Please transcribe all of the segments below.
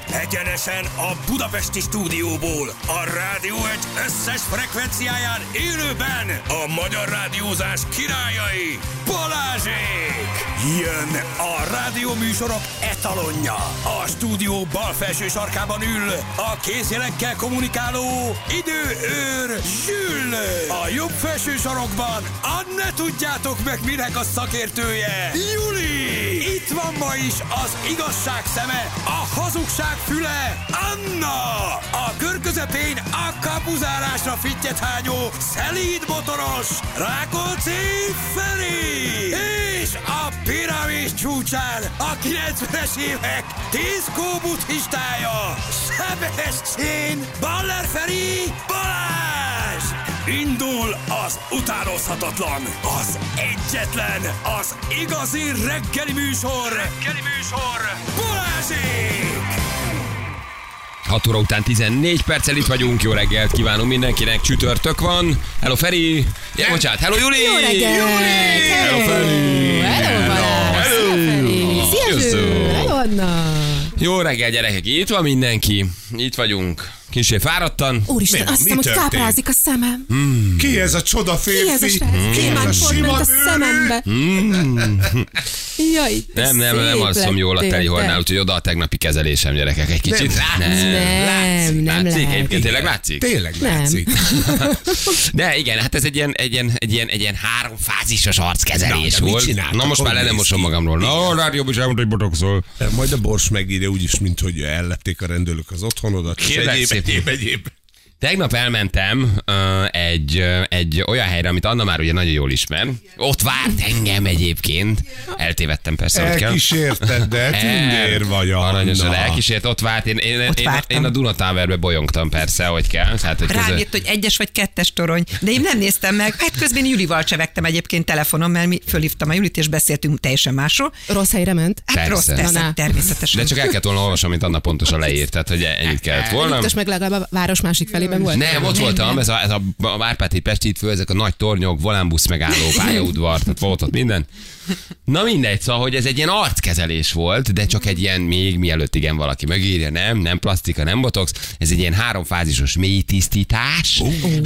Egyenesen a budapesti stúdióból, a Rádió Egy összes frekvenciáján élőben a magyar rádiózás királyai, Balázsék! Jön a rádióműsorok etalonja. A stúdió bal felső sarkában ül a kézjelekkel kommunikáló időőr Zsül. A jobb felső sarokban a ne tudjátok meg minek a szakértője, Juli. Itt van ma is az igazság szeme, a hazugság füle, Anna. A kör közepén a kapuzárásra fittyet hányó, szelíd motoros, Rákóczi Feri. És a piramis csúcsán a 90-es évek diszkó buddhistája, Sebestyén Baller Feri Balázs! Indul az utánozhatatlan, az egyetlen, az igazi reggeli műsor, Balázsék! 6 óra után 14 perccel itt vagyunk, jó reggelt kívánunk mindenkinek, csütörtök van. Hello Feri! Ja, bocsánat, hello Juli! Jó reggelt! Juli! Hello Feri! Hello Balázs! Szia Zsül! Hello Anna! Jó reggel gyerekek, itt van mindenki, itt vagyunk. Kicsit fáradtan. Úristen, azt hiszem, hogy káprázik a szemem. Ki ez a csoda férfi? Ki ez a srác? Gyémántport ment a szemembe. Jaj, Nem alszom jól a telihornál, úgyhogy oda a tegnapi kezelésem, gyerekek, egy kicsit. Nem Látszik, lehet. egyébként tényleg látszik? Tényleg látszik. De igen, hát ez egy ilyen háromfázisos arckezelés Na, mit volt. csináltak? Na most már Hogy le nem néz mosom ki? magamról. Na, a rádióban is elmondta, hogy botoxol. Majd a Bors megírja úgyis, mint hogy ellették a rendőrök az otthonodat. És Kérlek szépen. egyéb. Tegnap elmentem egy olyan helyre, amit Anna már ugye nagyon jól ismer. Ott várt engem egyébként. Eltévedtem persze, hogy kell. Elkísérted, de tündér vagy, Aranyosan Anna. elkísért, ott várt. Én a Duna Towerbe bolyongtam persze, hogy kell. Hát, hogy Rám jött, hogy 1-es vagy 2-es torony, de én nem néztem meg. Hát közben Julival csevegtem egyébként telefonon, mert mi fölhívtam a Julit, és beszéltünk teljesen másról. Rossz helyre ment? Hát rossz, Persze. persze, természetesen. De csak el kellett volna olvasni, amit Anna pontosan leírt, tehát hogy ennyit kellett volna. Nyugtass meg legalább a város másik felében volt? Nem, ott voltam, ez a Árpád híd Pesti itt föl, ezek a nagy tornyok, volánbusz megálló, pályaudvar, tehát volt ott minden. Na mindegy, szóval, hogy ez egy ilyen arckezelés volt, de csak egy ilyen, még mielőtt igen valaki megírja, nem plasztika, nem botox, ez egy ilyen háromfázisos mélytisztítás,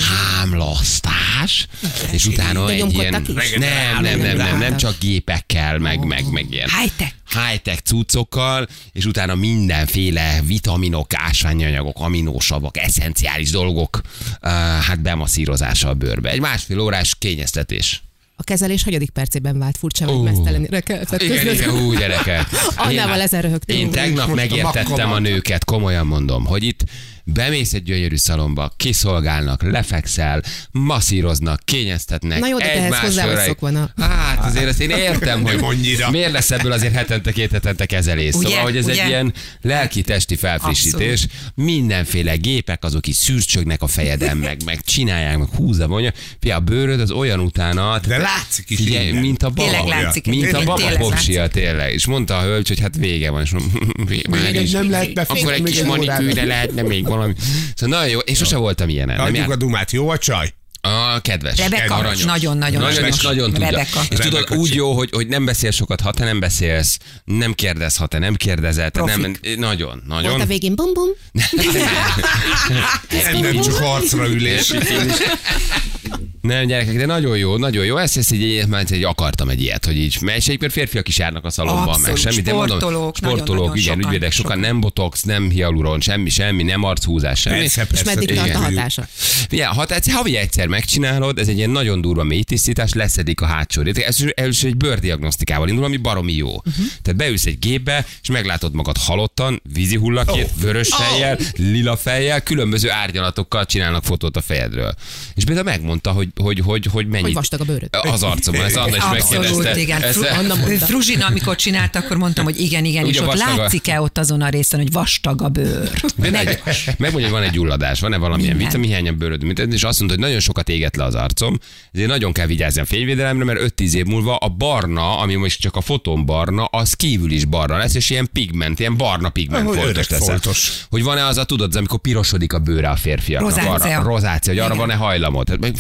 hámlasztás, és utána De egy nyomkodtak ilyen... is? Nem csak gépekkel, meg ilyen high-tech cuccokkal, és utána mindenféle vitaminok, ásványanyagok, aminósavak, eszenciális dolgok, hát bemasszírozása a bőrbe. Egy másfél órás kényeztetés. A kezelés hagyadik percében vált furcsa, hogy mesztelenire kellett. Igen, gyerekek. Annával ezen röhögtünk. Én tegnap Most megértettem a nőket, komolyan mondom, hogy itt bemész egy gyönyörű szalomba, kiszolgálnak, lefekszel, masszíroznak, kényeztetnek. Na jó, de ehhez hozzá vagy szokva. Hát azért ezt én értem, hogy annyira. miért lesz ebből azért hetente, 2 hetente kezelés. Ugye? Szóval, hogy ez Ugye? egy ilyen lelki-testi felfrissítés. Mindenféle gépek, azok is szürcsögnek a fejeden, meg csinálják, meg húzza, vonja. Fia, a bőröd az olyan utána, De látszik is figyelj, innen. mint a Tényleg baba. látszik. Mint a baba Tényleg popsia, tényleg. És mondta a hölgy, hogy hát vége van. És Nem lehet befektetni akkor egy még kis egy manikűre órára. lehetne még valami. Szóval nagyon jó, és sose voltam ilyenen. Nem Adjuk jár... a dumát, jó a csaj? Kedves. Rebeka, Aranyos. nagyon És nagyon tudja. Rebeka. És tudod, Rebeka úgy csi. jó, hogy nem beszél sokat, ha te nem beszélsz, nem kérdez, ha te nem kérdezel. Tehát nem, nagyon. Volt a végén bum-bum. Nem csak arcra ülés. Nem, gyerekek, de nagyon jó. Ezt így akartam egy ilyet, hogy így. És egyébként férfiak is járnak a szalomban, meg Abszolút, semmi. De mondom, sportolók, sportolók, nagyon-nagyon igen, sokan, ügyvédek, sokan, sokan. nem botox, nem hialuron, semmi, nem archúzás, semmi. Persze, És meddig tart a Igen. hatása? Figyelj, havi egyszer megcsinálod, ez egy ilyen nagyon durva mélytisztítás, leszedik a hátsó réteg. Először egy bőrdiagnosztikával indul, ami baromi jó. Tehát beülsz egy gépbe, és meglátod magad halottan, vízi hullakét, vörös fejjel, lila fejjel, különböző árnyalatokkal csinálnak fotót a fejedről. És például megmondta, hogy mennyit... Hogy vastag a bőröd. Az arcomon, ezt Anna is Abszolút, megkérdezte. igen. Anna mondta. Fruzsina, amikor csinálta, akkor mondtam, hogy igen, Ugye és ott vastag a- látszik-e ott azon a részen, hogy vastag a bőr. Megmondja, hogy van egy gyulladás, van-e valamilyen Minden. vitaminhiány a bőröd, és azt mondta, hogy nagyon sokat éget le az arcom, ezért nagyon kell vigyázni a fényvédelemre, mert 5-10 év múlva a barna, ami most csak a fotón barna, az kívül is barna lesz, és ilyen pigment, ilyen barna pigment Ahogy foltos öreg lesz. foltos. Hogy van-e az a, tudod, amikor pirosodik a bőre a férfiaknak, Rozácea. rozácea, hogy arra Igen. van-e hajlamod. Tehát, figyelj, mély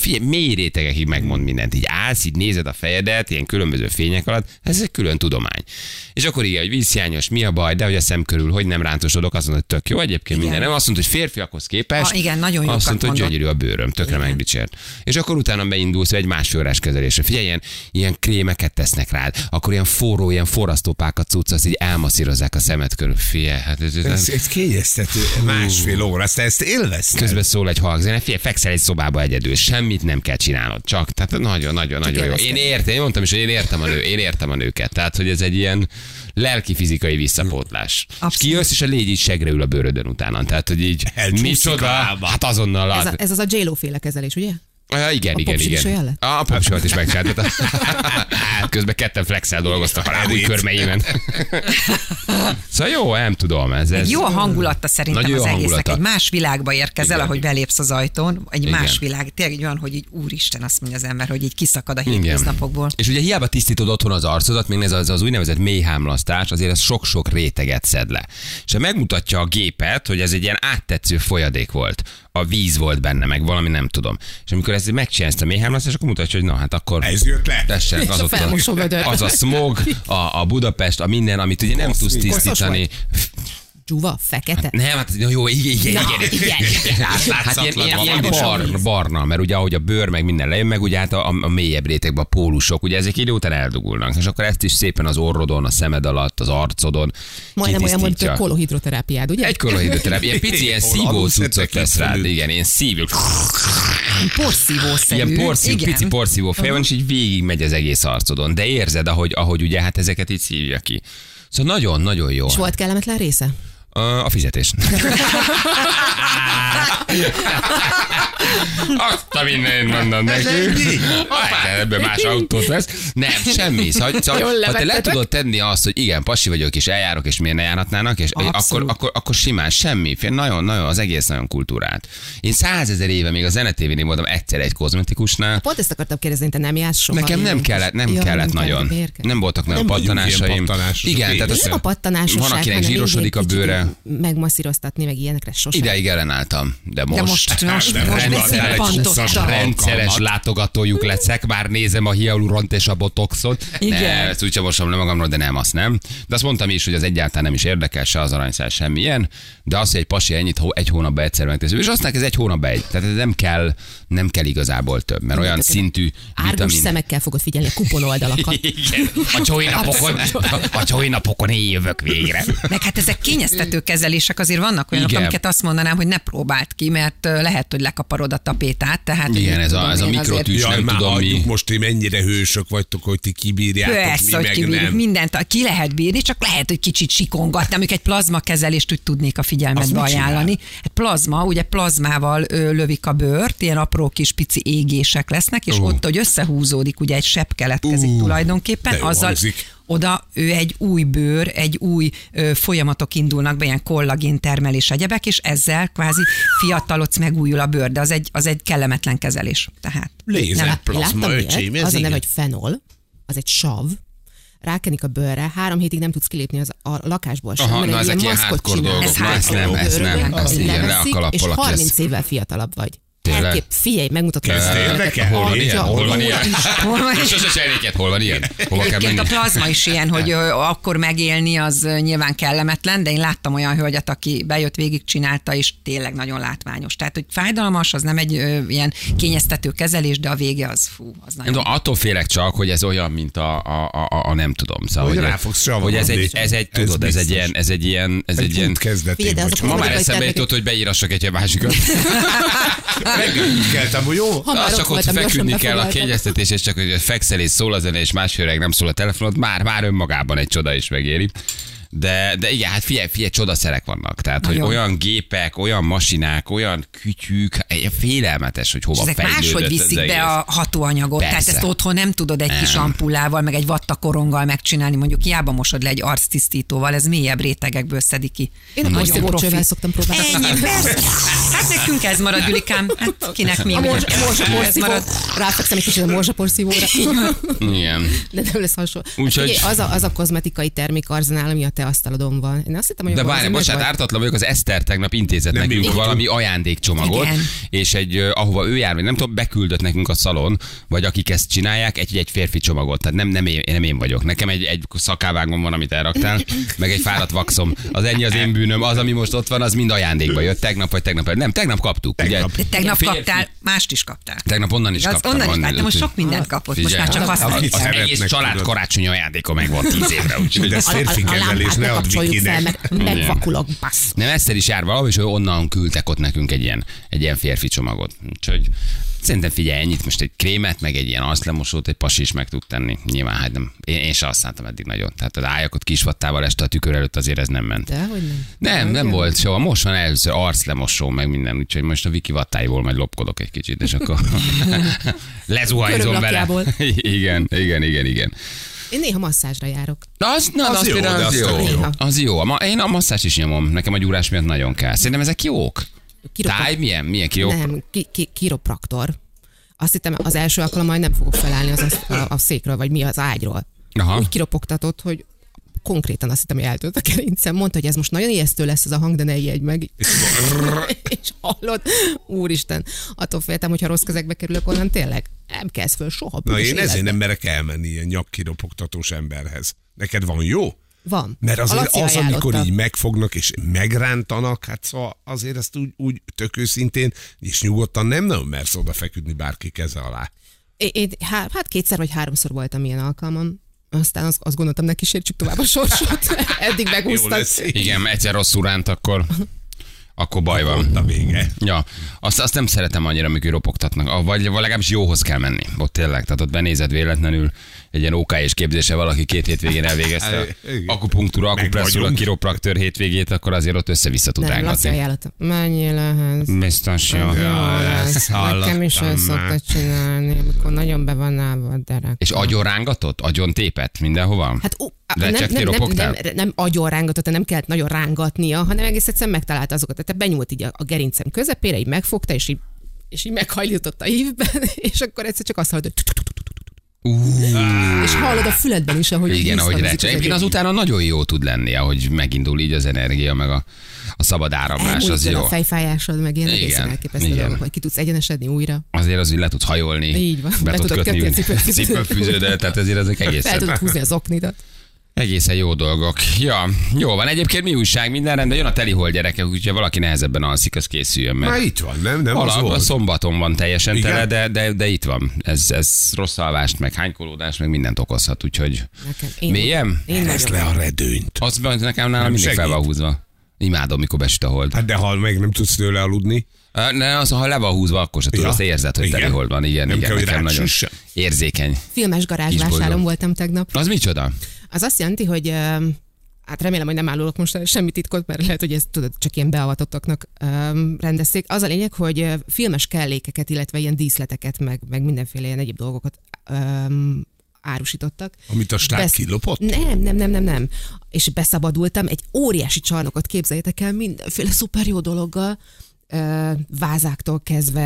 mély rétegekig megmond mindent. Így állsz, így nézed a fejedet, ilyen különböző fények alatt, ez egy külön tudomány. És akkor igen, hogy vízhiányos, mi a baj, de hogy a szem körül, hogy nem rántosodok, azt mondod, hogy tök jó, egyébként minden. Nem azt mondta, hogy férfiakhoz képest, igen, nagyon azt mondta, hogy mondod. gyönyörű a bőröm, tökre megdicsért. És akkor utána beindulsz egy másfél órás kezelésre. Figyelj, ilyen krémeket tesznek rád, akkor ilyen forró, ilyen forrasztópákat cuccasz, így elmasszírozzák a szemed körül. Figyelj, hát Ez kényeztető, másfél óra, aztán ezt élvezted. közben szól egy halkzene, figyelj, fekszel egy szobába egyedül, semmit nem kell csinálnod, csak, tehát nagyon jó. Én értem, én mondtam is, hogy én értem a nőket, tehát, hogy ez egy ilyen lelki-fizikai visszapótlás. És kijössz, és a légy így segre ül a bőrödön utána, tehát, hogy így Elcsúszik micsoda, a lába. hát azonnal. Ez az a J-Lo féle kezelés, ugye? Igen. popsi is olyan lett? A popsimat is megcsináltad. Közben ketten flexel dolgoztak a lábúj körmeimen. Szóval jó, nem tudom. Ez Jó a hangulata szerintem Nagyon az jó egésznek. hangulata. Egy más világba érkezel, Igen. ahogy belépsz az ajtón. Egy Igen. más világ. Tényleg olyan, hogy így úristen, azt mondja az ember, hogy így kiszakad a Igen. hétköznapokból. És ugye hiába tisztítod otthon az arcodat, még ez az úgynevezett mélyhámlasztás, azért ez sok-sok réteget szed le. És megmutatja a gépet, hogy ez egy ilyen áttetsző folyadék volt. A víz volt benne, meg valami nem tudom. És amikor ezt megcsinálsz a mélyhámlasztást, akkor mutatja, hogy na hát akkor Ez jött le. tessenek, És a felmosóvödör. az a smog, a Budapest, a minden, amit ugye nem tudsz tisztítani. Dzsuva, fekete. Nem, hát jó, igen. Hát ilyen barna, mert ugye ahogy a bőr meg minden lejön, meg ugye hát a mélyebb rétegben a pólusok, ugye ezek idő után eldugulnak. És akkor ezt is szépen az orrodon, a szemed alatt, az arcodon Majdnem olyan, mint kitisztítja. a kolohidroterápiád, ugye? Egy kolohidroterápia, ilyen pici ilyen szívó cuccot tesz rád, felül. igen, ilyen szívő. Porszívószerű. Ilyen Igen. pici porszívó fej van, és így végig megy az egész arcodon. De érzed, ahogy ugye hát ezeket így szívja ki. Szóval nagyon-nagyon jó. És volt kellemetlen része? A fizetés. Azt a minden mondom neki. Ebből más autót vesz. Nem, semmi. Szóval, ha te le levettetek. tudod tenni azt, hogy igen, pasi vagyok, és eljárok, és miért ne járhatnának, és akkor simán semmi. Nagyon az egész nagyon kultúrát. Én 100 000 éve még a Zenetévénél voltam egyszer egy kozmetikusnál. Pont ezt akartam kérdezni, te nem jársz soha. Nekem nem kellett nagyon. Nem voltak nagyon Nem vagyunk pattanásaim. ilyen pattanásosak. Igen, tehát Nem a pattanásosság, van, akinek hanem zsírosodik a így bőre. Megmasszíroztatni, meg ilyenekre sosem. Ideig ellenálltam, de De most rendszeres rendszeres látogatójuk leszek, már nézem a hialuront és a botoxot. Igen. Nem, ezt úgy sem mosom le magamról, de nem, azt nem. De azt mondtam is, hogy az egyáltalán nem is érdekel, se az aranyszál, semmi ilyen. De az, hogy egy pasi ennyit egy hónapban egyszer megtesz. És aztán ez egy hónapban egy. Tehát ez nem kell igazából több, mert olyan szintű Árgus vitamin. szemekkel fogod figyelni a kupon oldalakat. Igen, a csói napokon én jövök végre. Meg hát ezek kényeztető kezelések azért vannak olyanok, Igen. amiket azt mondanám, hogy ne próbáld ki, mert lehet, hogy lekaparod a tapétát. Tehát Igen, ez a én azért- mikrotűs, Jaj, nem már tudom mi. hagyjuk most, ti mennyire hősök vagytok, hogy ti kibírjátok, Persze, mi hogy meg kibírjuk nem. mindent, ki lehet bírni, csak lehet, hogy kicsit sikongatni, amik egy plazmakezelést úgy tudnék a Azt figyelmedbe mit csinál? ajánlani. Hát plazma, ugye plazmával lövik a bőrt, ilyen apró kis pici égések lesznek, és ott, hogy összehúzódik, ugye egy sebb keletkezik tulajdonképpen, de jó azzal hangzik. oda ő egy új bőr, egy új folyamatok indulnak be, ilyen kollagén termelés egyebek, és ezzel kvázi fiatalodsz, megújul a bőr, de az egy kellemetlen kezelés. Tehát Lézer nem- plazma, Láttam öcsém, ilyet, ez az a neve, igen. hogy fenol, az egy sav, rákenik a bőrre, 3 hétig nem tudsz kilépni a lakásból sem, Aha, mert na egy ezek ilyen ilyen maszkot hardcore csinál. dolgok. Ez Na, ezt nem, hardcore ezt nem. Bőrödön, Ezt igen, leveszik, és leakalappal 30 évvel fiatalabb vagy. Tényleg? Figyelj, megmutatom. Kezd érdekel? Hol van ilyen? Hol van ilyen? Hol van ilyen? Sose sejnéket, hol van ilyen? Hova kell Egyébként menni? a plazma is ilyen, hogy akkor megélni az nyilván kellemetlen, de én láttam olyan hölgyet, aki bejött, végigcsinálta, és tényleg nagyon látványos. Tehát, hogy fájdalmas, az nem egy ilyen kényeztető kezelés, de a vége az az Nem nagyon... tudom, attól félek csak, hogy ez olyan, mint a nem tudom. Szóval, Hogy rá fogsz hogy ez egy, csavarni. tudod, ez egy biztos. ilyen, ez egy ilyen, kezdetén Figyelj, de vagy. azok ma már Vagy eszembe termékek- jutott, hogy beírassak egy másikat. Úgy keltem, hogy jó? Ha már Az ott csak ott voltam, gyorsan feküdni kell a befoglaltam. kényeztetés, és csak hogy fekszel és szól a zene, és másfél öreg nem szól a telefonod, már önmagában egy csoda is megéri. De igen, hát figyelj, csodaszerek vannak. Tehát, hogy Nagyon. olyan gépek, olyan masinák, olyan kütyük, félelmetes, hogy hova És ezek fejlődött máshogy ez viszik egész. be a hatóanyagot, Persze. tehát ezt otthon nem tudod egy kis Nem. ampullával, meg egy vattakoronggal megcsinálni, mondjuk hiába mosod le egy arctisztítóval, ez mélyebb rétegekből szedi ki. Én a Nagyon porszívócsővel profi. szoktam próbálni. Ennyi, persze. Hát nekünk ez marad, Gyulikám. Hát kinek mi? A ugye? Ez morzsaporszívó, marad. ráfekszem egy kicsit a morzsaporszívóra. Igen. De nem lesz hasonló. Úgyhogy- Figyelj, az a kozmetikai termékarzenál, ami a fekete asztalodon van. Én azt hittem, hogy De abban várj, azért bocsánat, meg ártatlan vagyok, az Eszter tegnap intézett Nem nekünk mi valami ajándékcsomagot, Igen. és ahova ő jár, vagy nem tudom, beküldött nekünk a szalon, vagy akik ezt csinálják, egy férfi csomagot. Tehát nem én vagyok. Nekem egy szakávágom van, amit elraktál, meg egy fáradt vaxom. Az ennyi az én bűnöm. Az, ami most ott van, az mind ajándékba jött. Tegnap kaptuk. Tegnap. Ugye? Tegnap Férfi- kaptál, mást is kaptál. Tegnap onnan is Az kaptam. onnan is, Onnan- hát te most sok mindent kapott, most Figyelj, már csak az használod. szeretnek, egész család tudod. karácsonyi ajándéka megvan 10 évre. Úgyhogy De ez férfi a kezelés, lámpát ne ne add kapcsoljuk fel, Vikinek. mert megvakulok, bassz. nem, Eszter is jár valahol, és ő onnan küldtek ott nekünk egy ilyen férfi csomagot. Úgyhogy szerintem figyelj, ennyit most egy krémet, meg egy ilyen arclemosót, egy pasi is meg tud tenni. Nyilván, hát nem. Én se használtam eddig nagyon. Tehát az ályakot kisvattával este a tükör előtt azért ez nem ment. De hogy nem? Nem volt soha. Most van először arclemosó, meg minden, úgyhogy most a Viki vattáiból majd lopkodok egy kicsit, és akkor lezuhanyzom vele. Körömlapjából. Igen. Én néha masszázsra járok. Az jó, például de az azt jó. néha. Az jó. Én a masszás is nyomom. Nekem a gyúrás miatt nagyon kell. Szerintem ezek jók. Kiroprak- Táj milyen kirók? Nem, kiropraktor. Azt hittem, az első alkalommal nem fogok felállni a székről, vagy mi az ágyról. Aha. Úgy kiropogtatott, hogy konkrétan azt hittem, hogy eltölt a gerincem. Mondta, hogy ez most nagyon ijesztő lesz ez a hang, de ne ijedj meg. És hallod, úristen, attól féltem, hogyha rossz kezekbe kerülök onnan, tényleg nem kezd föl soha. Na büdös én ezért életben. nem merek elmenni ilyen nyakkiropogtatós emberhez. Neked van jó? Van. Mert A azért Laci az, amikor ajánlotta. így megfognak és megrántanak, hát szóval azért ezt úgy tök őszintén és nyugodtan nem nagyon mersz oda feküdni bárki keze alá. Hát 2 vagy 3 voltam ilyen alkalmon. Aztán azt gondoltam, ne kísértsük tovább a sorsot. Eddig Jó megúsztak. lesz. Igen, egyszer rosszul ránt, akkor baj van. Ott a vége. Ja, azt nem szeretem annyira, amikor ropogtatnak. Vagy legalábbis jóhoz kell menni. Ott tényleg, tehát ott benézed véletlenül egy ilyen OK-s képzése valaki 2 hétvégén elvégezte. Igen. Akupunktúra, akupresszul, a vagyunk. kiropraktőr hétvégét, akkor azért ott össze-vissza tud Nem, Laci rángatni. ajánlotta. Menjél ehhez. Biztos jó. Jó lesz. ezt Nekem is hallottam ezt már. szoktad csinálni, amikor nagyon be van állva a derek. És agyon rángatott? Agyon tépett mindenhova? Hát Lecsekti, ropogtál? nem agyon rángatott, nem kellett nagyon rángatnia, hanem egész egyszerűen megtalálta azokat. Tehát benyúlt így a gerincem közepére, így megfogta, és így meghajlított a hívben, és akkor egyszer csak azt hallod, hogy és hallod a füledben is, ahogy Igen, ahogy visszhangzik recse. az Egyébként egész. az utána nagyon jó tud lenni, ahogy megindul így az energia, meg a szabad áramlás, az Elmúlik jó. a fejfájásod, meg ilyen Igen, egészen elképesztő igen. dolgok, hogy ki tudsz egyenesedni újra. Azért az, hogy le tudsz hajolni. Így van. Be Le tudsz tudod kötni a kötni cipőfűződet. cipőfűződet, tehát ezért ezek Fel egészen. tudod húzni az oknidat. Egészen jó dolgok. Ja, jó van. Egyébként mi újság, minden rendben, jön a telihold gyerekek, úgyhogy valaki nehezebben alszik, az készüljön meg. Már itt van, nem az A volt. szombaton van teljesen Igen? tele, de itt van. Ez rossz alvást, meg hánykolódást, meg mindent okozhat, úgyhogy Nekem. mélyen? Én Ezt nagyon. le a redőnyt. Az nekem nálam mindig segít. fel van húzva. Imádom, mikor besüt a hold. Hát de ha meg nem tudsz tőle aludni, Ne, az, ha le van húzva, akkor se tudod, Ja. azt érzed, hogy Igen. telihold van. Igen, Nem igen, kell, hogy nekem nagyon rácsüssen. érzékeny. Filmes garázsvásáron Kisbolygó. voltam tegnap. Az micsoda? Az azt jelenti, hogy hát remélem, hogy nem állulok most el semmi titkot, mert lehet, hogy ezt tudod, csak ilyen beavatottaknak rendezték. Az a lényeg, hogy filmes kellékeket, illetve ilyen díszleteket, meg mindenféle ilyen egyéb dolgokat árusítottak. amit a stáb kilopott? Nem. És beszabadultam, egy óriási csarnokot képzeljétek el, mindenféle szuper jó dologgal, vázáktól kezdve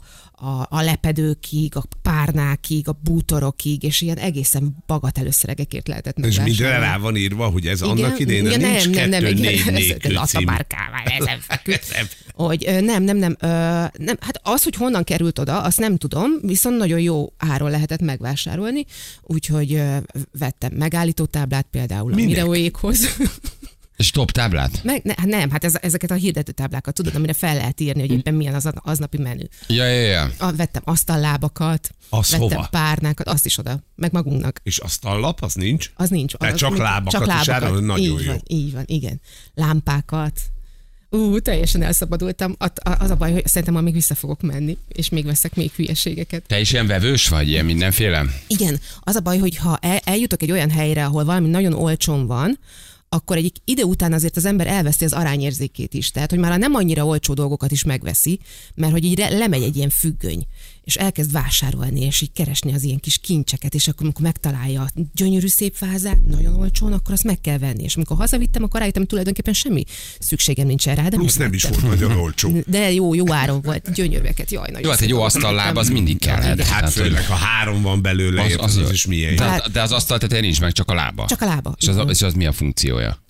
a lepedőkig, a párnákig, a bútorokig, és ilyen egészen bagatell összegekért lehetett És megvásárolni. mindenre rá van írva, hogy ez annak idején igen, nincs nem, 2-4 nélkül a cím. márkával ezen feküdt. Hogy nem, hát az, hogy honnan került oda, azt nem tudom, viszont nagyon jó áron lehetett megvásárolni, úgyhogy vettem megállító táblát például a Minek? videóékhoz. Stop táblát? Nem, hát ezeket a hirdető táblákat tudod, amire fel lehet írni, hogy éppen milyen az aznapi menü. Ja. Vettem asztallábakat, Az vettem hova? párnákat, azt is oda, meg magunknak. És asztallap, az nincs? Az nincs. Tehát csak lábakat is árul, nagyon jó. Így van, igen. Lámpákat. Teljesen elszabadultam. Az a baj, hogy szerintem még vissza fogok menni, és még veszek még hülyeségeket. Te is ilyen vevős vagy, ilyen mindenféle? Igen, az a baj, hogy ha eljutok egy olyan helyre, ahol valami nagyon olcsón van, akkor egy idő után azért az ember elveszti az arányérzékét is. Tehát, hogy már a nem annyira olcsó dolgokat is megveszi, mert hogy így lemegy egy ilyen függöny, és elkezd vásárolni, és így keresni az ilyen kis kincseket, és akkor, amikor megtalálja a gyönyörű szép vázát, nagyon olcsón, akkor azt meg kell venni. És amikor hazavittem, akkor rájöttem, hogy tulajdonképpen semmi szükségem nincs erre. De Plusz nem is volt nagyon olcsó. De jó áron volt, gyönyörűeket, jaj, nagyon Jó, hát egy jó asztalláb, az mindig kell. Hát Tehát, főleg, ha 3 van belőle, Az- érted, az az jó. is milyen jó. de az asztal tetején nincs meg, csak a lába. Csak a lába. És az mi a funkciója?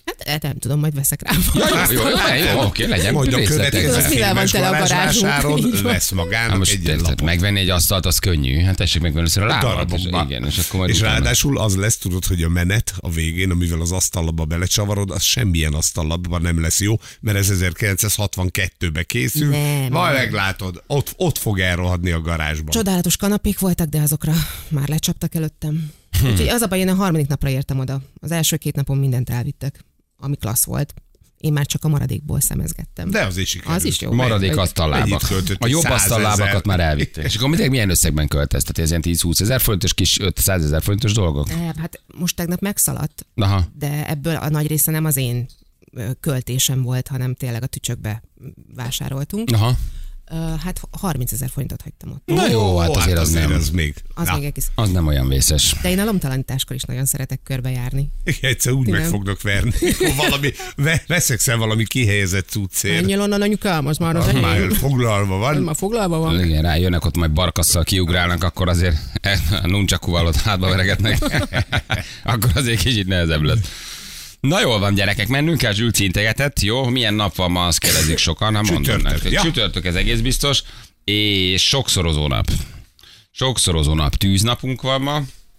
Hát nem tudom, majd veszek rá. Jó, oké, legyen Majd a következő Tudod, mivel van filmes tele a garázsunk. garázsvásáron Így van. vesz magának Most egy ilyen lapot. megvenni egy asztalt, az könnyű. Hát tessék megvenni először a lábat. Darabokba. Igen, és akkor majd És utána. ráadásul az lesz, tudod, hogy a menet a végén, amivel az asztallapba belecsavarod, az semmilyen asztallapban nem lesz jó, mert ez 1962-be készül. Nem. Majd meglátod, ott fog elrohadni a garázsban. Csodálatos kanapék voltak, de azokra már lecsaptak előttem. Úgyhogy az a baj, én a harmadik napra értem oda. Az első 2 napon mindent elvittek, ami klassz volt. Én már csak a maradékból szemezgettem. De az is sikerült. Az is jó. Maradék asztallábak. Mennyit költöttél? A jobb 100 000. asztallábakat már elvitték. És akkor mindegy milyen összegben költesz? Tehát ez ilyen 10-20 ezer forintos kis 500 ezer forintos dolgok? Hát most tegnap megszaladt, Aha. de ebből a nagy része nem az én költésem volt, hanem tényleg a tücsökbe vásároltunk. Aha. Hát 30 000 forintot hagytam ott. Na jó, hát azért az nem. Az még. Az még egész. Az nem olyan vészes. De én a lomtalanításkor is nagyon szeretek körbejárni. Egyszer úgy Igen. meg fognak verni, hogy valami, veszekszel valami kihelyezett cuccért. Menjél onnan, anyukám, az már az enyém. Már foglalva van. Már foglalva van. Igen, rájönnek, ott majd barkasszal kiugrálnak, akkor azért a nuncsakúval ott hátba veregetnek. Akkor azért kicsit nehezebb lesz. Na jól van, gyerekek, mennünk kell, Zsülci integetett. Jó, milyen nap van ma, azt kérdezik sokan. Hát mondom Csütörtök, nektek. ja. Csütörtök, ez egész biztos. És sokszorozó nap. Sokszorozó nap, tűznapunk van ma.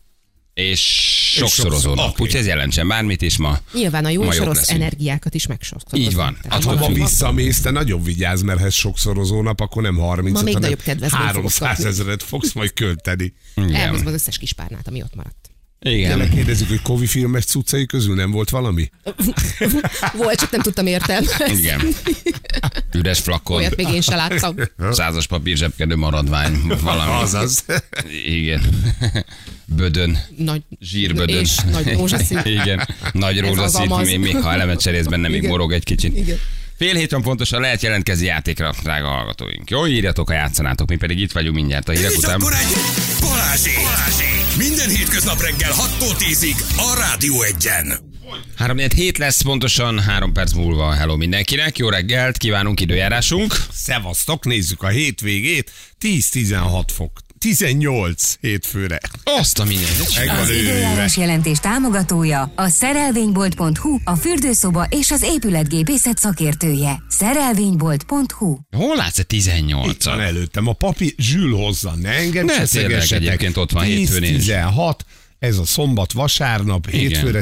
És sokszorozó nap. oké. Úgyhogy ez jelentsen bármit is ma. Nyilván a jó Ma és a jók rossz leszünk. energiákat is megsokszorozom. Így van. Tehát Ha ma valami- visszamész, te nagyon vigyázz, mert ha ez sokszorozó nap, akkor nem 30, Ma még hanem nagyobb kedvezményt fogok 300 kapni. ezeret fogsz majd költeni. Elhozom az összes kispárnát, ami ott maradt. Igen. Tényleg kérdezik, hogy Kovi filmes cuccai közül nem volt valami? Volt, csak nem tudtam értelmezni. Igen. Üres flakon. Olyat még én se láttam. 100-as papír zsebkedő maradvány. Valami. Azaz. Igen. Bödön. Nagy Zsírbödön. És nagy rózsaszín. Igen. Nagy rózsaszín, az. még ha elemet cserélsz benne, még Igen. morog egy kicsit. Igen. Fél héten pontosan lehet jelentkezni játékra, drága hallgatóink. Jó, írjatok, ha játszanátok, mi pedig itt vagyunk mindjárt a hírek És után. akkor egy Balázsék! Minden hétköznap reggel 6-tól 10-ig a Rádió 1-en. 3-4 lesz pontosan, 3 perc múlva. Hello mindenkinek, jó reggelt, kívánunk időjárásunk. Szevasztok, nézzük a hétvégét. 10-16 fok. 18 hétfőre. Azt a mindent. Megvan Az őrülve. időjárás jelentés támogatója a szerelvénybolt.hu, a fürdőszoba és az épületgépészet szakértője. Szerelvénybolt.hu. Hol látsz Itt van 18-at? előttem. A papi Zsül hozza, ne engem Ne, se tényleg, szegessetek. egyébként ott van hétfőn is. 10-16, ez a szombat, vasárnap, Igen. hétfőre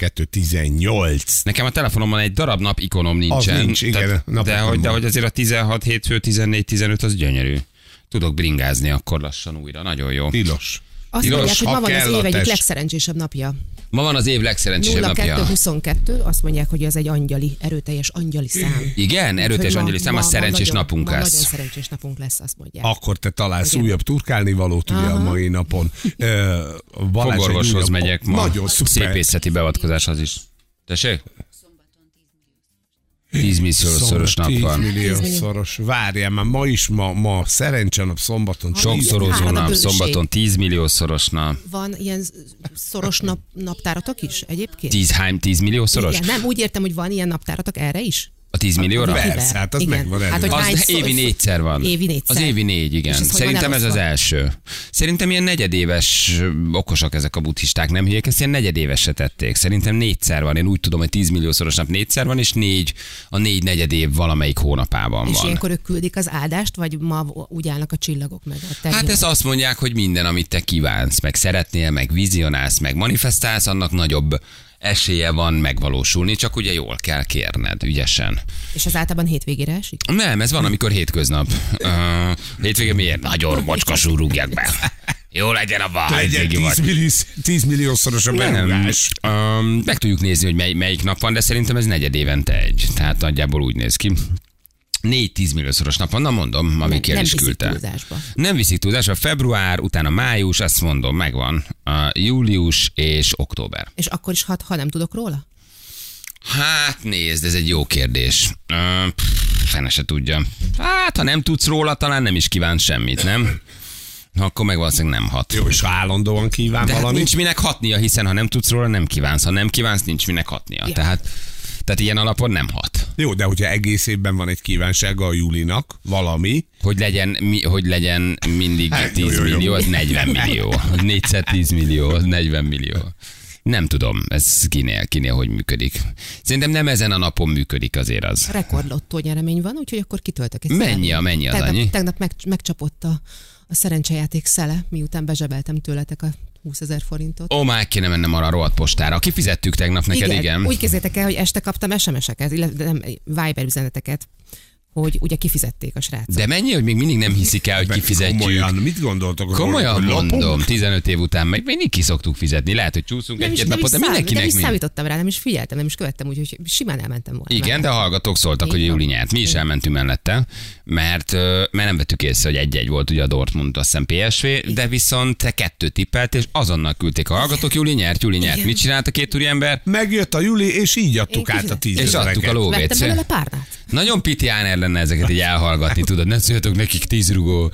12-18. Nekem a telefonomon egy darab nap ikonom nincsen. nincs, igen, napikonom. de hogy azért a 16 hétfő, 14-15 az gyönyörű. Tudok bringázni akkor lassan újra. Nagyon jó. Tilos. Azt Tilos, mondják, hogy ha ma van az kell a év egyik test. legszerencsésebb napja. Ma van az év legszerencsésebb napja. 02-22, azt mondják, hogy ez egy angyali, erőteljes angyali szám. Igen, erőteljes Úgyhogy angyali szám, az szerencsés nagyon- napunk ma lesz. Nagyon szerencsés napunk lesz, azt mondják. Akkor te találsz Igen. újabb turkálnivalót ugye a mai napon. Balázs egy Fogorvoshoz újabb- megyek ma. Nagyon szuper. Szépészeti beavatkozáshoz is. Tessék? 10 milliós nap 10 van. milliószoros. Várjál, már ma is, ma szerencsenap szombaton. Sokszorozó Három nap, bőség. szombaton 10 milliószoros nap. Van ilyen szoros naptáratok is egyébként? 10 milliószoros? Igen, nem, úgy értem, hogy van ilyen naptáratok erre is? A 10 millióra? Persze, hát az megvan elő. hogy Az hány évi 4-szer van. Évi 4-szer. Az évi 4, igen. És ez hogy Szerintem van ez az elosztva? első. Szerintem ilyen negyedéves okosak ezek a buddhisták, nem hülyék, ezt ilyen negyedévesre tették. Szerintem 4-szer van. Én úgy tudom, hogy 10 milliószoros nap 4-szer van, és 4 a 4 negyedév valamelyik hónapában És van. ilyenkor ők küldik az áldást, vagy ma úgy állnak a csillagok meg a terjén? Hát ezt azt mondják, hogy minden, amit te kívánsz, meg szeretnél, meg vizionálsz, meg manifestálsz, annak nagyobb esélye van megvalósulni, csak ugye jól kell kérned, ügyesen. És az általában hétvégére esik? Nem, ez van, amikor hétköznap. Hétvégén miért? Nagyon mocskosul rúgják be. Jó legyen a baj. Legyen hétvégi 10 milliószoros a berúgás. Meg tudjuk nézni, hogy melyik nap van, de szerintem ez negyed évente egy. Tehát nagyjából úgy néz ki. 4-10 milliószoros nap van, na mondom, amikél nem is viszik küldte. túlzásba. Nem viszik túlzásba. Február, utána május, azt mondom, megvan. Július és október. És akkor is, ha nem tudok róla? Hát nézd, ez egy jó kérdés. Fene se tudja. Hát, ha nem tudsz róla, talán nem is kíván semmit, nem? Akkor meg valószínűleg nem hat. Jó, és ha állandóan kíván De hát valamit. nincs minek hatnia, hiszen ha nem tudsz róla, nem kívánsz. Ha nem kívánsz, nincs minek hatnia. Ja. Tehát ilyen alapon nem hat. Jó, de hogyha egész évben van egy kívánsága a Julinak, valami, Hogy legyen mindig Hát, 10 jó. millió, az 40 millió. Az 4x10 millió, az 40 millió. Nem tudom, ez kinél hogy működik. Szerintem nem ezen a napon működik azért az. Rekordlottó nyeremény van, úgyhogy akkor kitöltök egy Mennyi az annyi? Tegnap megcsapott a szerencsejáték szele, miután bezsebeltem tőletek a 20 000 forintot. Ó, már kéne mennem arra a rohadt postára. Kifizettük tegnap neked, igen. Úgy képzeljétek el, hogy este kaptam SMS-eket, illetve nem, Viber üzeneteket, hogy ugye kifizették a srácok. De mennyi, hogy még mindig nem hiszik el, hogy kifizetjük. Komolyan, mit gondoltok? Komolyan mondom, 15 év után meg mindig ki szoktuk fizetni. Lehet, hogy csúszunk egy-két napot, de mindenkinek nem is számítottam rá, nem is figyeltem, nem is követtem, úgyhogy simán elmentem volna. Igen, de a hallgatók szóltak, hogy a Juli nyert. Mi is elmentünk mellette, mert nem vettük észre, hogy 1-1 volt ugye a Dortmund, azt hiszem PSV, de viszont te 2 tippelt, és azonnal küldték a hallgatók, Juli nyert. Mit csinált a két úriember? Megjött a Juli, és így adtuk át a 10 És adtuk a lóvét. Vettem belőle párnát. Nagyon piti áner lenne ezeket így elhallgatni, tudod, ne szóljatok nekik 10 rugó.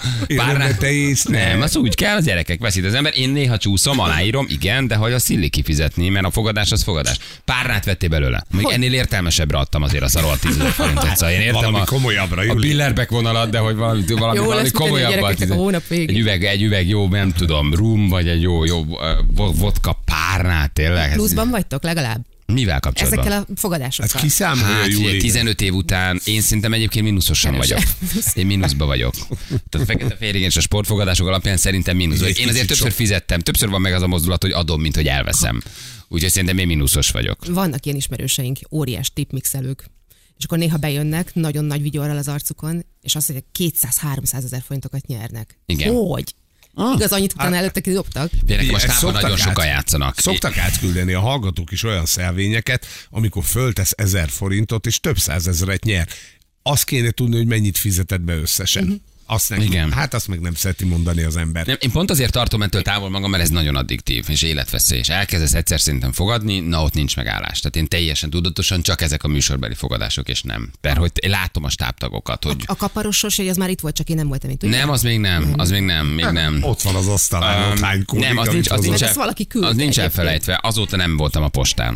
Nem, az úgy kell, az gyerekek veszít az ember. Én néha csúszom, aláírom, igen, de hogy a szilli kifizetni, mert a fogadás az fogadás. Párnát vettél belőle. Még ennél értelmesebbre adtam azért a szarolt 10 000 forintot. Szóval én értem valami komolyabbra, a Billerbeck vonalat, de hogy valami komolyabbat. Egy üveg jó, nem tudom, rum, vagy egy jó vodka párnát, tényleg. Pluszban vagytok legalább? Mivel kapcsolatban? Ezekkel a fogadásokkal. Hát kiszámolja, Júli. 15 év után én szerintem egyébként mínuszosan vagyok. Én mínuszba vagyok. Tehát fekete-fehér és a sportfogadások alapján szerintem mínusz. Én azért többször fizettem, többször van meg az a mozdulat, hogy adom, mint hogy elveszem. Úgyhogy szerintem én mínuszos vagyok. Vannak ilyen ismerőseink, óriás tipmixelők. És akkor néha bejönnek nagyon nagy vigyorral az arcukon, és azt mondják, 200-300 000 forintokat nyernek. Igen. Hogy? Igaz, annyit utána előtte kidobtak? Nekem a stábban nagyon sokan játszanak. Szoktak átküldeni a hallgatók is olyan szelvényeket, amikor föltesz 1000 forintot, és több 100 000 nyer. Azt kéne tudni, hogy mennyit fizetett be összesen. Igen. Hát azt meg nem szereti mondani az ember. Nem, én pont azért tartom ettől távol magam, mert ez nagyon addiktív és életveszélyes. Elkezdesz egyszer szinten fogadni, na ott nincs megállás. Tehát én teljesen tudatosan csak ezek a műsorbeli fogadások, és nem. Mert hogy én látom a stábtagokat, hogy... A kaparosos, hogy az már itt volt, csak én nem voltam itt. Nem, az még nem. Ott van az asztalán, ott hány kódik. Nem, az nincs elfelejtve. Azóta nem voltam a postán.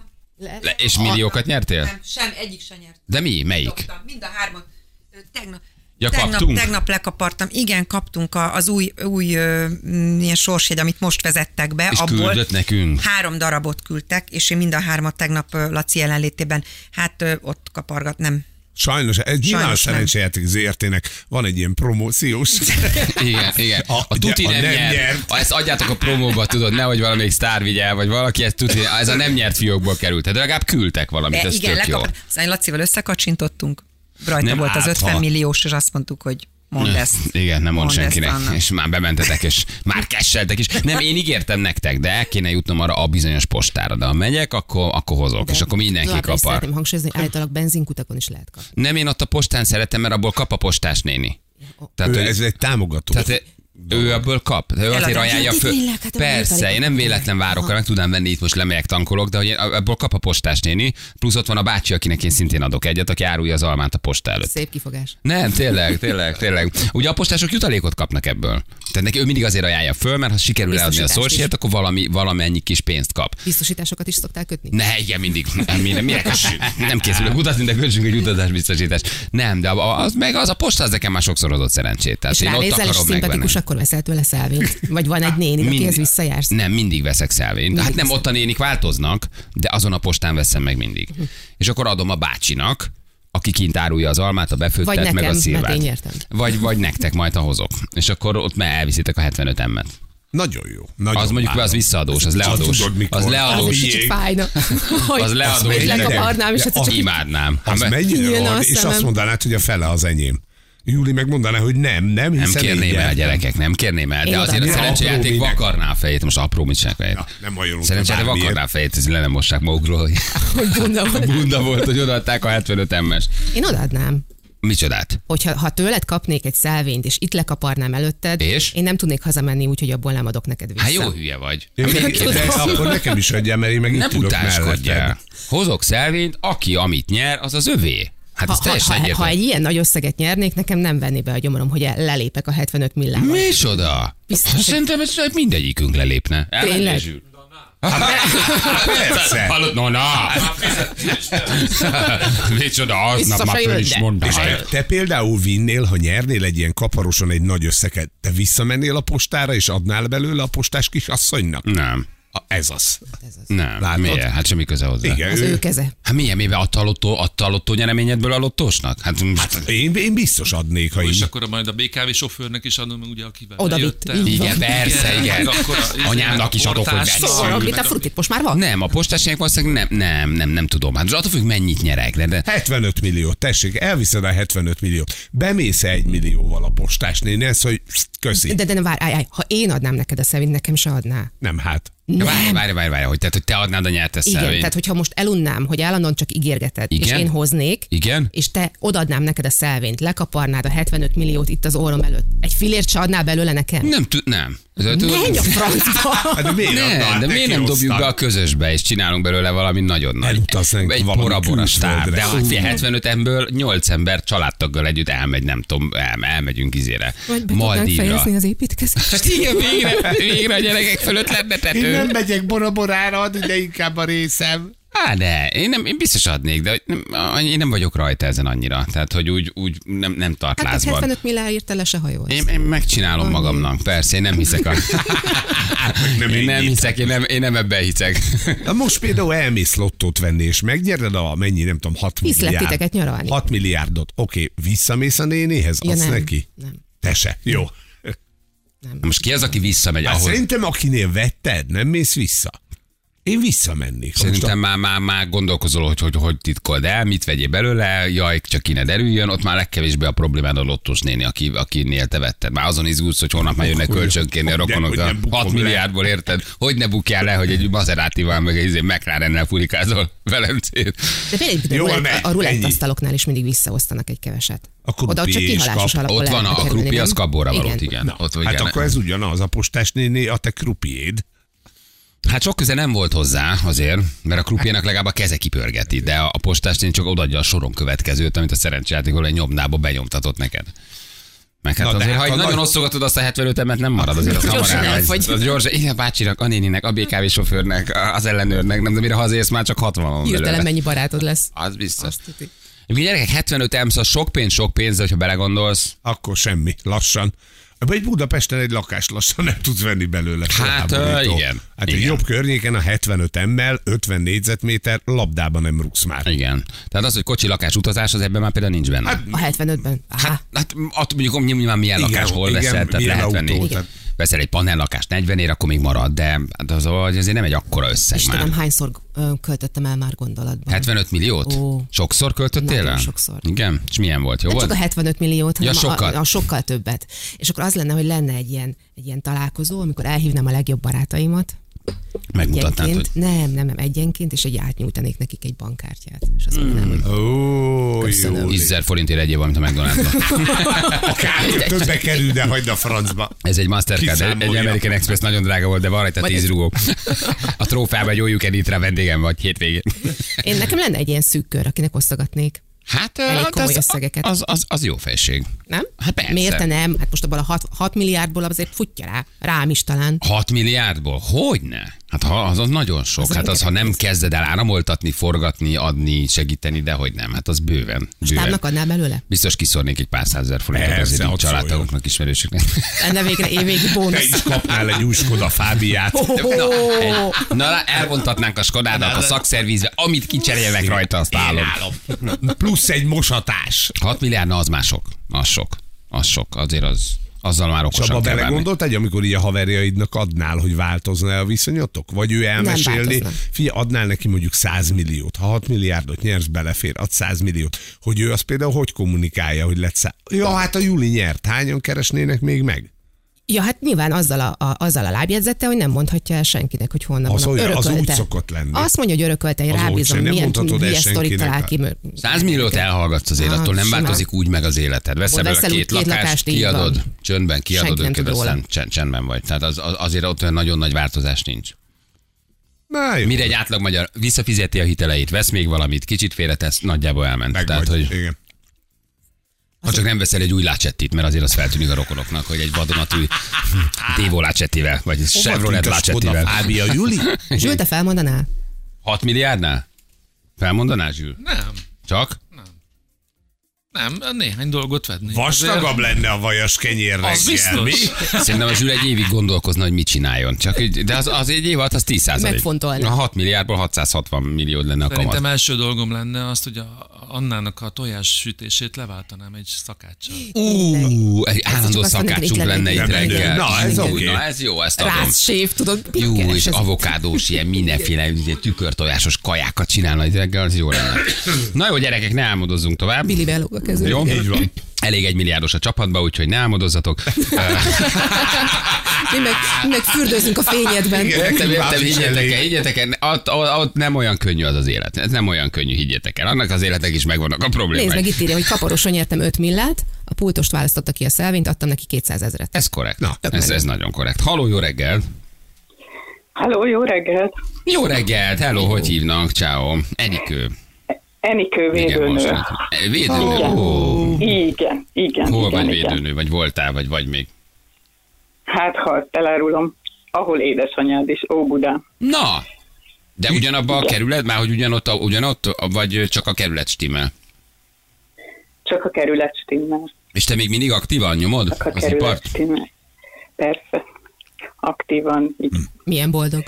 És milliókat nyertél? Nem, egyik sem nyert. De mi? Melyik? Mind a 3 tegnap. Ja, tegnap lekapartam. Igen, kaptunk az új ilyen sorsjegy, amit most vezettek be. És abból küldött nekünk? 3 darabot küldtek, és én mind a 3 tegnap Laci jelenlétében, ott kapargat, nem. Sajnos, ez nyilván a szerencsejáték ZRT-nek van egy ilyen promóciós. Igen. A tuti nem nyer. Ha ezt adjátok a promóba, tudod, nehogy valamelyik sztár vigye, vagy valaki ezt tuti, ez a nem nyert fiókból került. Tehát legalább küldtek valamit, ez tök jó. Aztán Lacival összekacsintottunk. Rajta volt az 50 milliós, és azt mondtuk, hogy mondd ezt. Igen, nem mond senkinek. És már bementetek, és már kesseltek is. Nem, én ígértem nektek, de el kéne jutnom arra a bizonyos postára. De ha megyek, akkor hozok, de és akkor mindenki kapar. Szeretném hangsúlyozni, hogy általában benzinkutakon is lehet kapni. Nem, én ott a postán szeretem, mert abból kap a postás néni. Tehát, ez egy támogató. Tehát, ő ebből kap, ő azért ajánlja föl. Persze, én nem véletlen várok, meg tudnám venni, itt most lemegyek, tankolok, de hogy ebből kap a postás néni, plusz ott van a bácsi, akinek én szintén adok egyet, aki árulja az almát a posta előtt. Szép kifogás. Nem, tényleg. Ugye a postások jutalékot kapnak ebből. Tehát neki ő mindig azért ajánlja föl, mert ha sikerül eladni a sorsért, akkor valamennyi kis pénzt kap. Biztosításokat is szoktál kötni? Ne, igen, mindig. Nem készülök utazni, de költsünk egy utazásbiztosítást. Nem, de az a posta az nekem már sokszor adott szerencsét. Tehát és ránézel, és szimpatikus, akkor veszel tőle szelvényt? Vagy van egy néni, akihez visszajársz? Nem, mindig veszek szelvényt. Hát nem, ott a nénik változnak, de azon a postán veszem meg mindig. És akkor adom a bácsinak, aki kint árulja az almát, a befőttet, meg a szilvát. Vagy nektek majd a hozok. És akkor ott elviszitek a 75 emmet. Nagyon jó. Nagyon az mondjuk az visszaadós, az leadós. Az leadós. Az kicsit fájna. Az leadós. Lekaparnám, és azt imádnám. Az mennyire van, és azt mondanád, hogy a fele az enyém. Júli megmondaná, hogy nem, nem kérném el, gyerekek, nem kérném el, de azért a szerencsejáték vakarná a fejét, most apró mit sem fejét. Nem hajolunk. Szerencsejáték vakarná a fejét, ez le nem mossák magukról, hogy bunda volt, hogy odaadták a 75 M-es. Én odaadnám. Micsodát? Hogyha tőled kapnék egy szelvényt, és itt lekaparnám előtted, és? Én nem tudnék hazamenni úgy, hogy abból nem adok neked vissza. Hát jó hülye vagy. Akkor nekem is adjál, mert én meg itt tudok melletted. Hozok szelvényt, aki amit nyer, az az övé. Hát ha egy ilyen nagy összeget nyernék, nekem nem venni be a gyomrom, hogy lelépek a 75 millával. Micsoda? Szerintem mindegyikünk lelépne. Tényleg? Persze. Hallod, Micsoda, aznap már föl is mondtam. Te például vinnél, ha nyernél egy ilyen kaparoson egy nagy összeget, te visszamennél a postára, és adnál belőle a postás kisasszonynak? Nem. Ez az. Nem, Látod? miért? Hát semmi köze hozzá. Igen, Az ő keze. Hát miért adta a lottó nyereményedből a lottósnak? Hát én biztos adnék, ha És így. akkor majd a BKV sofőrnek is adom, ugye, akivel Oda bejöttem. vitt, így igen, persze, igen. Akkor Anyámnak is adok, hogy Szóval, itt a frutit most már van? Nem, a postásnak valószínűleg nem tudom. Hát attól függ, mennyit nyerek. De 75 millió, tessék, elviszed a 75 milliót. Bemész 1 millióval a postásnél, ez, hogy köszi. De várj, ha én adnám neked a szelvényt, nekem se adná. Nem, hát. Várj, hogy te adnád a nyertes Igen, szelvényt. tehát hogyha most elunnám, hogy állandóan csak ígérgeted, Igen? és én hoznék, Igen? és te odadnám neked a szelvényt, lekaparnád a 75 milliót itt az orrom előtt. Egy fillért se adnál belőle nekem? Nem. Menj a francba! Hát de miért adnál Nem, de neki miért nem dobjuk osztán? be a közösbe, és csinálunk belőle valami nagyon nagy. Elutaznánk Egy valami Bora sztár. külföldre. De hát 75 emberből 8 ember családtaggal együtt elmegy, nem tudom, elmegyünk izére. Vagy be tudnánk Maldívra. fejezni az építkezést. Hát igen, végre a gyerekek fölött lenne Én tető. nem megyek Bora-Borára adni, de inkább a részem. De én biztos adnék, de én nem vagyok rajta ezen annyira. Tehát, hogy úgy nem tart Hát egy lázban. 75 milliárdért te le se hajolsz. Én megcsinálom magamnak, persze, én nem hiszek én nem ebben hiszek. Na most például elmész lottót venni, és megnyered a mennyi, nem tudom, 6 Viszlek milliárd. titeket nyaralni. 6 milliárdot. Oké, visszamész a nénihez, Ja, adsz nem. neki? Nem. Te se. Jó. Most ki az, aki visszamegy Hát ahhoz? szerintem akinél vetted, nem mész vissza. Én visszamennék. Szerintem már gondolkozol, hogy titkold el, mit vegyél belőle, jaj, csak ki ne derüljön, ott már legkevésbé a problémád a lottós néni, akinél te vetted. Már azon izgulsz, hogy holnap már jönnek kölcsönként a rokonok, hogy a nem bukom 6 le. milliárdból érted, hogy ne bukjál le, hogy egy Maseratival, meg egy McLarennel furikázol Velencét. De Jó, például ne, a rulett ennyi. asztaloknál is mindig visszaosztanak egy keveset. A krupié Oda csak is kihalásos kap. alapon Ott van lehetne a kerülni, krupi, az nem? kabóra valót, Igen. igen. Na, Ott, hát igen. akkor ez ugyanaz, a postás néni, a te krupiéd. Hát sok köze nem volt hozzá azért, mert a krupjénak legalább a keze kipörgeti, de a postásnél csak odaadja a soron következőt, amit a szerencsejátékol egy nyomdába benyomtatott neked. Meg hát Na, de azért, hát ha a nagyon nagy- osztogatod azt a 75 emet, nem marad azért, az hamar Gyorsan elmegy. elfogy. Az gyorsan, igen, a bácsinak, a néninek, a BKV sofőrnek, az ellenőrnek, nem, de mire hazaérsz, már csak 60 van Hirtelen belőle. mennyi barátod lesz. Az biztos. Azt tuti. Egyébként gyerekek, 75 emsz, az sok pénz, de hogyha belegondolsz, Akkor semmi, lassan. Egy Budapesten egy lakást lassan nem tudsz venni belőle. Hát, Felháborító. igen. Hát Igen. egy jobb környéken a 75 emmel 50 négyzetméter labdában nem rúgsz már. igen. Tehát az, hogy kocsi lakás utazás, az ebben már például nincs benne. Hát, A 75-ben. Hát mondjuk nyilván milyen Igen, lakás, hol igen, veszel, tehát milyen lehet venni. autó, tehát- Veszel egy panellakást 40-ért, akkor még marad, de az azért nem egy akkora összeg már. Istenem, hányszor költöttem el már gondolatban. 75 milliót? Ó. Sokszor költöttél Nagyon el? sokszor. Igen? És milyen volt? Jó Nem volt? csak a 75 milliót, hanem Ja, sokkal. a sokkal többet. És akkor az lenne, hogy lenne egy ilyen találkozó, amikor elhívnám a legjobb barátaimat. Megmutatnád, hogy... Nem, egyenként, és egy átnyújtanék nekik egy bankkártyát. És azt mondanám, hogy Ó, Köszönöm. jó. 10 000 forintért egyéb, amit a McDonald'sban. Akár többe kerül, de hagyd a francba. Ez egy Mastercard, egy Kiszámolja. American Express nagyon drága volt, de van rajta Vagy 10 ez- rugó. A trófában egy all you can eat-re a vendégem vagy hétvégén. én nekem lenne egy ilyen szűk kör, akinek osztogatnék. Hát Elég komoly az, összegeket. az jó felség. Nem? Hát persze. Miért te nem? Hát most abban a 6 milliárdból azért futja rá. Rám is talán. 6 milliárdból? Hogyne? Hát az nagyon sok. Az Hát az, ha rengeteg nem pénz. kezded el áramoltatni, forgatni, adni, segíteni, de hogy nem. Hát az bőven. Stábnak adnál belőle? Biztos kiszórnék egy pár százezer forintot Persze, azért így ott családtagoknak, ismerősöknek. Lenne végre évvégi Te bónusz. is kapnál egy új Skoda Fábiát. Na, elvontatnánk a Skodádat a szakszervízbe, amit kicserélnek rajta, azt állom. Plusz egy mosatás. 6 milliárd, na az már sok. Az sok. Azért azzal már És abba okosan kell bánni. belegondoltál, amikor így a haverjaidnak adnál, hogy változna a viszonyotok? Vagy ő elmesélni? változna. Figyelj, adnál neki mondjuk 100 milliót. Ha 6 milliárdot nyersz, belefér, ad 100 milliót. Hogy ő azt például hogy kommunikálja, hogy lett Ja, hát a Juli nyert. Hányan keresnének még meg? Ja, hát nyilván azzal a lábjegyzettel, hogy nem mondhatja el senkinek, hogy honnan Az van. olyan- az Örökölte. úgy szokott lenni. Azt mondja, hogy örökölte, én Az úgy rábízom, sem, nem milyen mondhatod el hülye sztorit senkinek. talál ki. 100 milliót elhallgatsz azért, attól nem simán. változik úgy meg az életed. Veszel belőle Veszel úgy két két lakást, lakást, így kiadod, van. csöndben kiadod Senki nem őket, tud róla. aztán csendben vagy. Tehát azért ott olyan nagyon nagy változás nincs. Na, jó. Mire egy átlag magyar visszafizeti a hiteleit, vesz még valamit, kicsit félretesz, nagyjából elment. Meg Tehát, vagy. hogy Igen. ha csak nem veszel egy új lácsettit, mert azért az feltűnik a rokonoknak, hogy egy vadonatúj Dévó lácsettivel, vagy Chevrolet Skoda lácsettivel. Fábia, Juli? Zsül, te felmondanál? 6 milliárdnál? Felmondanál, Zsül? Nem. Csak? Nem, néhány dolgot venni. Vastagabb lenne a vajas kenyér reggel, Az biztos. mi? Szerintem az ül egy évig gondolkozna, hogy mit csináljon. Csak, de az egy év alatt az 10%. Megfontolni. A 6 milliárdból 660 millió lenne a Szerintem kamat. első dolgom lenne azt, hogy Annának a tojás sütését leváltanám egy szakáccsal. Egy állandó csak azt mondani, szakácsunk itt lenne itt lenne. reggel. Na, ez oké. Na, ez jó, ezt adom. Rászsév, tudod? Jó, keres és ez? avokádós, ilyen mindenféle tükörtojásos kajákat csinálna itt reggel, az jó lenne. Na jó, gyerekek, ne álmodozzunk tovább. Billy belóg a kezünk. Jó? Így van. Elég 1 milliárdos a csapatba, úgyhogy ne álmodozzatok. Mi meg fürdőzünk a fényedben. Értem, higgyetek el, ott nem olyan könnyű az élet. Ez nem olyan könnyű, higgyétek el. Annak az életek is megvannak a Nézd problémái. meg, itt írja, hogy kaparoson nyertem 5 millát, a pultost választotta ki a szelvényt, adtam neki 200 000. Ez korrekt. Na, Ez nagyon korrekt. Halló, jó reggel. Halló, jó reggelt! Jó reggelt, hello, hogy hívnak? Ciao. Enikő. Enikő védőnő. Védőnő. Ó. Igen. Hol igen, vagy igen. védőnő, vagy voltál, vagy még? Hát, ha elárulom, ahol édesanyád is, Óbudán. Na, de ugyanabban a kerület, már hogy ugyanott, vagy csak a kerület stimmel? Csak a kerület stimmel. És te még mindig aktívan nyomod Csak a az kerület ipart? stimmel. Persze. Aktívan. Milyen boldog.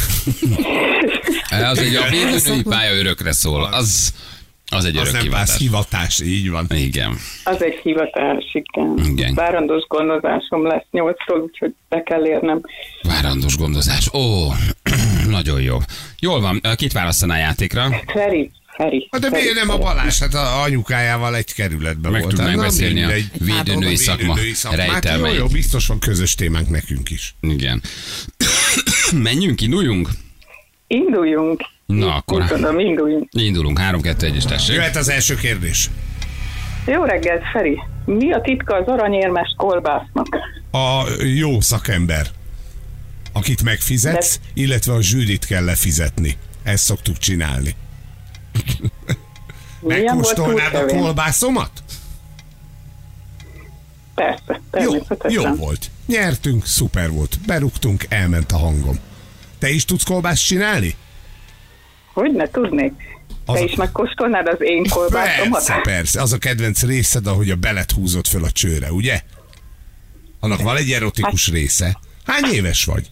Az egy a védőnői pálya örökre szól. Az egy Az örök nem válsz hivatás. hivatás, így van. Igen. Az egy hivatás, igen. Igen. Várandós gondozásom lesz 8-tól, úgyhogy be kell érnem. Várandós gondozás. Ó, nagyon jó. Jól van, kit választanál játékra? Feri. Hát de miért nem a Balázs? Hát a anyukájával egy kerületben Meg volt. tudnánk Na, beszélni a mindegy. védőnői szakma Hát jó, rejtelmeit. biztos van közös témánk nekünk is. Igen. Menjünk, induljunk? Induljunk. Na, akkor Úgy gondolom, induljunk. indulunk. 3, 2, 1 és tessék. Jöhet az első kérdés. Jó reggelt, Feri. Mi a titka az aranyérmes kolbásznak? A jó szakember, akit megfizetsz, illetve a zsűrit kell lefizetni. Ezt szoktuk csinálni. Milyen volt Megkóstolnád a túlkevén? kolbászomat? Persze, Jó, természetesen. jó volt. Nyertünk, szuper volt. Berúgtunk, elment a hangom. Te is tudsz kolbászt csinálni? Hogyne tudnék? Az Te a- is megkóstolnád az én kolbászomat? Persze. Az a kedvenc részed, ahogy a belet húzott föl a csőre, ugye? Annak van egy erotikus része. Hány éves vagy?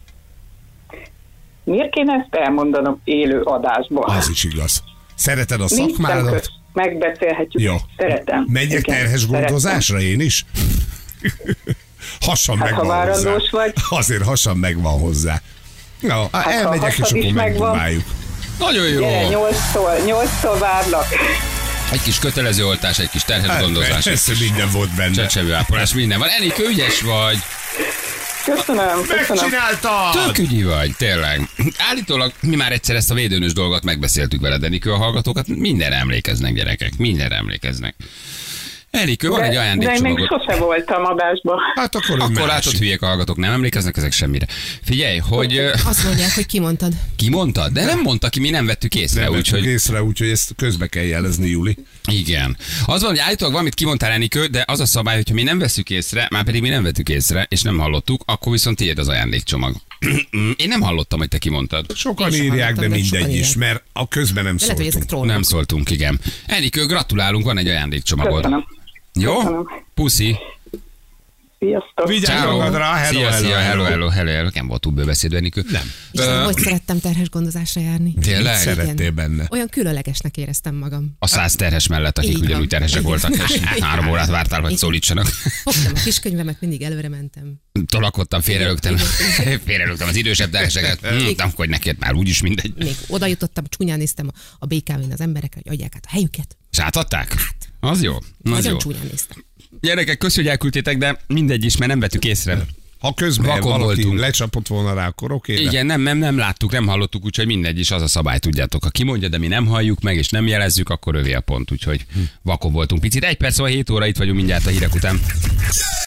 Miért kéne ezt elmondanom élő adásban? Az is igaz. Szereted a Nincs szakmádat? szemköz. Megbeszélhetjük. Jó. Szeretem. Menjek Igen, terhes szeretem. gondozásra én is? Hasam Hát, ha megvan hozzá. várandós vagy. Azért hasam megvan hozzá. Na, ha elmegyek, és hasad akkor is megvan. megdumáljuk. Nagyon jó. Gyere, 8-tól várlak. Egy kis kötelező oltás, egy kis terhes gondozás. Persze minden volt benne. Csecsevő ápolás, minden van. Enikő, ügyes vagy. Köszönöm. Megcsináltad! Tök ügyi vagy, tényleg. Állítólag mi már egyszer ezt a védőnös dolgot megbeszéltük veled, Enikő, a hallgatókat mindenre emlékeznek, gyerekek, mindenre emlékeznek. Enikő, van egy De én még ajándékcsomagot. sose voltam adásban. Hát akkor ő Akkor másik. látod, hülyék a hallgatók, nem emlékeznek ezek semmire. Figyelj, hogy Azt mondják, hogy kimondtad. ki mondta? De nem mondta ki, mi nem vettük észre, Nem vettük úgyhogy észre, úgyhogy ezt közbe kell jelezni, Juli. igen. Az van, hogy állítólag valamit kimondtál, Enikő, de az a szabály, hogyha mi nem veszük észre, már pedig mi nem vettük észre, és nem hallottuk, akkor viszont tiéd az ajándékcsomag. Én nem hallottam, hogy te kimondtad. Sokan Én sem írják, de hallottam, de mindegy sokan is, írják. mert a közben nem De lehet, hogy ezek szóltunk. trollok. Nem szóltunk, igen. Enikő, gratulálunk, van egy ajándékcsomagod. Köszönöm. Jó? Köszönöm. Puszi. Sziasztok. Vigyázz Ciao. magadra, hello, Szia, hello, szia, hello, hello. hello, hello. Nem volt túl bőbeszédő, Enikő. Nem. Istenem, hogy szerettem terhes gondozásra járni. Tényleg? Mit szerettél benne? Olyan különlegesnek éreztem magam. A 100 terhes mellett, akik Így van. ugyanúgy terhesek Igen. voltak, és 3 órát vártál, hogy szólítsanak. Fogtam a kiskönyvemet, mindig előre mentem. Tolakodtam, félrelögtem az idősebb terheseket. Hogy neked már úgyis mindegy. Még oda jutottam, csúnyán néztem a BKV-n az emberekre, hogy adják át a helyüket. És átadták? Az jó. Az Nagyon jó. csúnyán néztem. Gyerekek, köszönjük, hogy elküldtétek, de mindegy is, mert nem vettük észre. Ha közben Vakon valaki voltunk. lecsapott volna rá, akkor oké. de- Igen, nem láttuk, nem hallottuk, úgyhogy mindegy is, az a szabály, tudjátok. Ha kimondja, de mi nem halljuk meg, és nem jelezzük, akkor övé a pont. Úgyhogy vakon voltunk picit. 1 perc, 7 óra, itt vagyunk mindjárt a hírek után.